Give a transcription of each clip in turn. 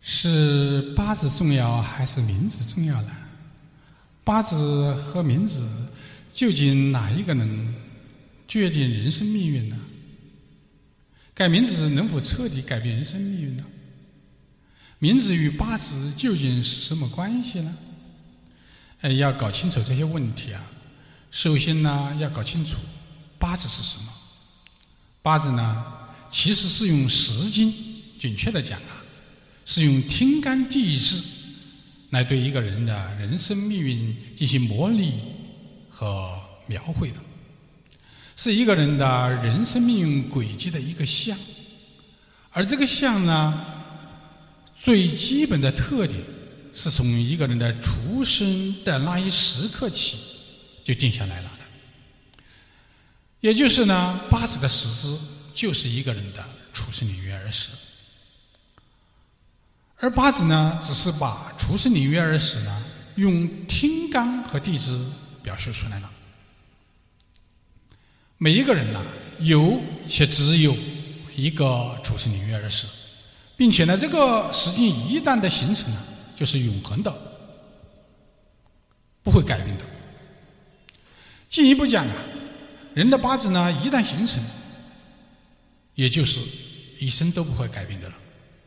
是八字重要还是名字重要呢？八字和名字究竟哪一个能决定人生命运呢？改名字能否彻底改变人生命运呢？名字与八字究竟是什么关系呢？要搞清楚这些问题啊，首先呢要搞清楚八字是什么。八字呢其实是用时经，准确的讲啊，是用天干地支来对一个人的人生命运进行模拟和描绘的，是一个人的人生命运轨迹的一个象。而这个象呢，最基本的特点是从一个人的出生的那一时刻起就定下来了的。也就是呢，八字的实质就是一个人的出生年月日时。而八字呢，只是把出生年月日时呢，用天干和地支表示出来了。每一个人呢，有且只有一个出生年月日时，并且呢，这个时间一旦的形成呢，就是永恒的，不会改变的。进一步讲啊，人的八字呢，一旦形成，也就是一生都不会改变的了。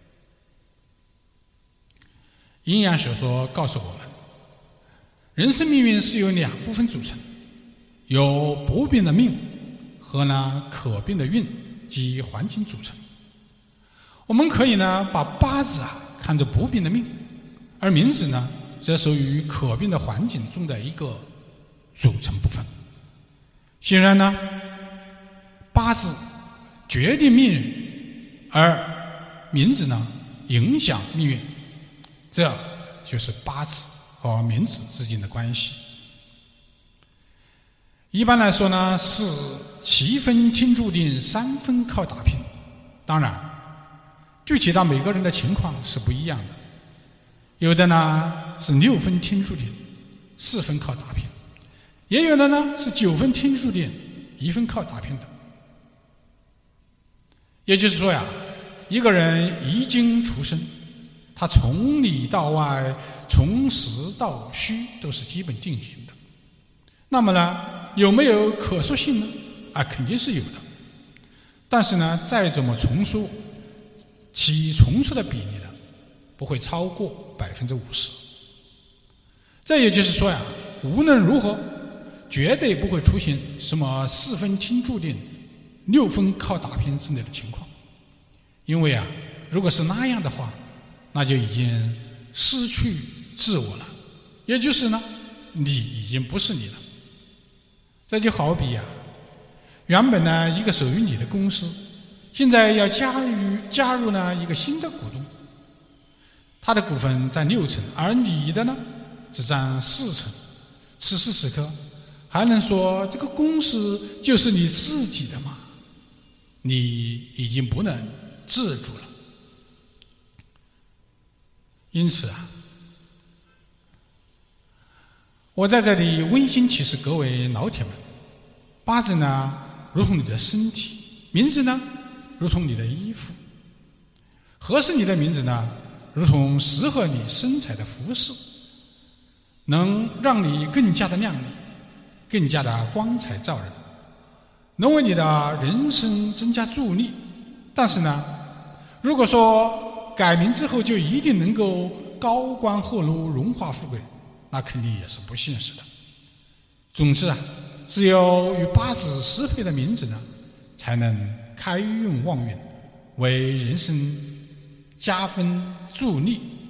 阴阳学说告诉我们，人生命运是由两部分组成，由不变的命和可变的运及环境组成。我们可以呢把八字啊看作不变的命，而名字呢则属于可变的环境中的一个组成部分。显然呢，八字决定命运，而名字呢影响命运，这就是八字和名字之间的关系。一般来说呢，是7分天注定，3分靠打拼。当然，具体到每个人的情况是不一样的。有的呢是6分天注定，4分靠打拼；也有的呢是9分天注定，1分靠打拼的。也就是说呀，一个人一经出生，他从里到外，从实到虚都是基本定型的。那么呢，有没有可塑性呢？肯定是有的。但是呢，再怎么重塑，其重塑的比例呢，不会超过50%。这也就是说呀，无论如何，绝对不会出现什么4分天注定，6分靠打拼之类的情况。因为啊，如果是那样的话，那就已经失去自我了，也就是呢，你已经不是你了。这就好比原本呢一个属于你的公司，现在要加入呢一个新的股东，他的股份占6成，而你的呢只占4成。此时此刻，还能说这个公司就是你自己的吗？你已经不能自主了。因此我在这里温馨提示各位老铁们，八字呢如同你的身体，名字呢如同你的衣服，合适你的名字呢如同适合你身材的服饰，能让你更加的靓丽，更加的光彩照人，能为你的人生增加助力。但是呢，如果说改名之后就一定能够高官厚禄、荣华富贵，那肯定也是不现实的。总之只有与八字适配的名字呢，才能开运旺运，为人生加分助力。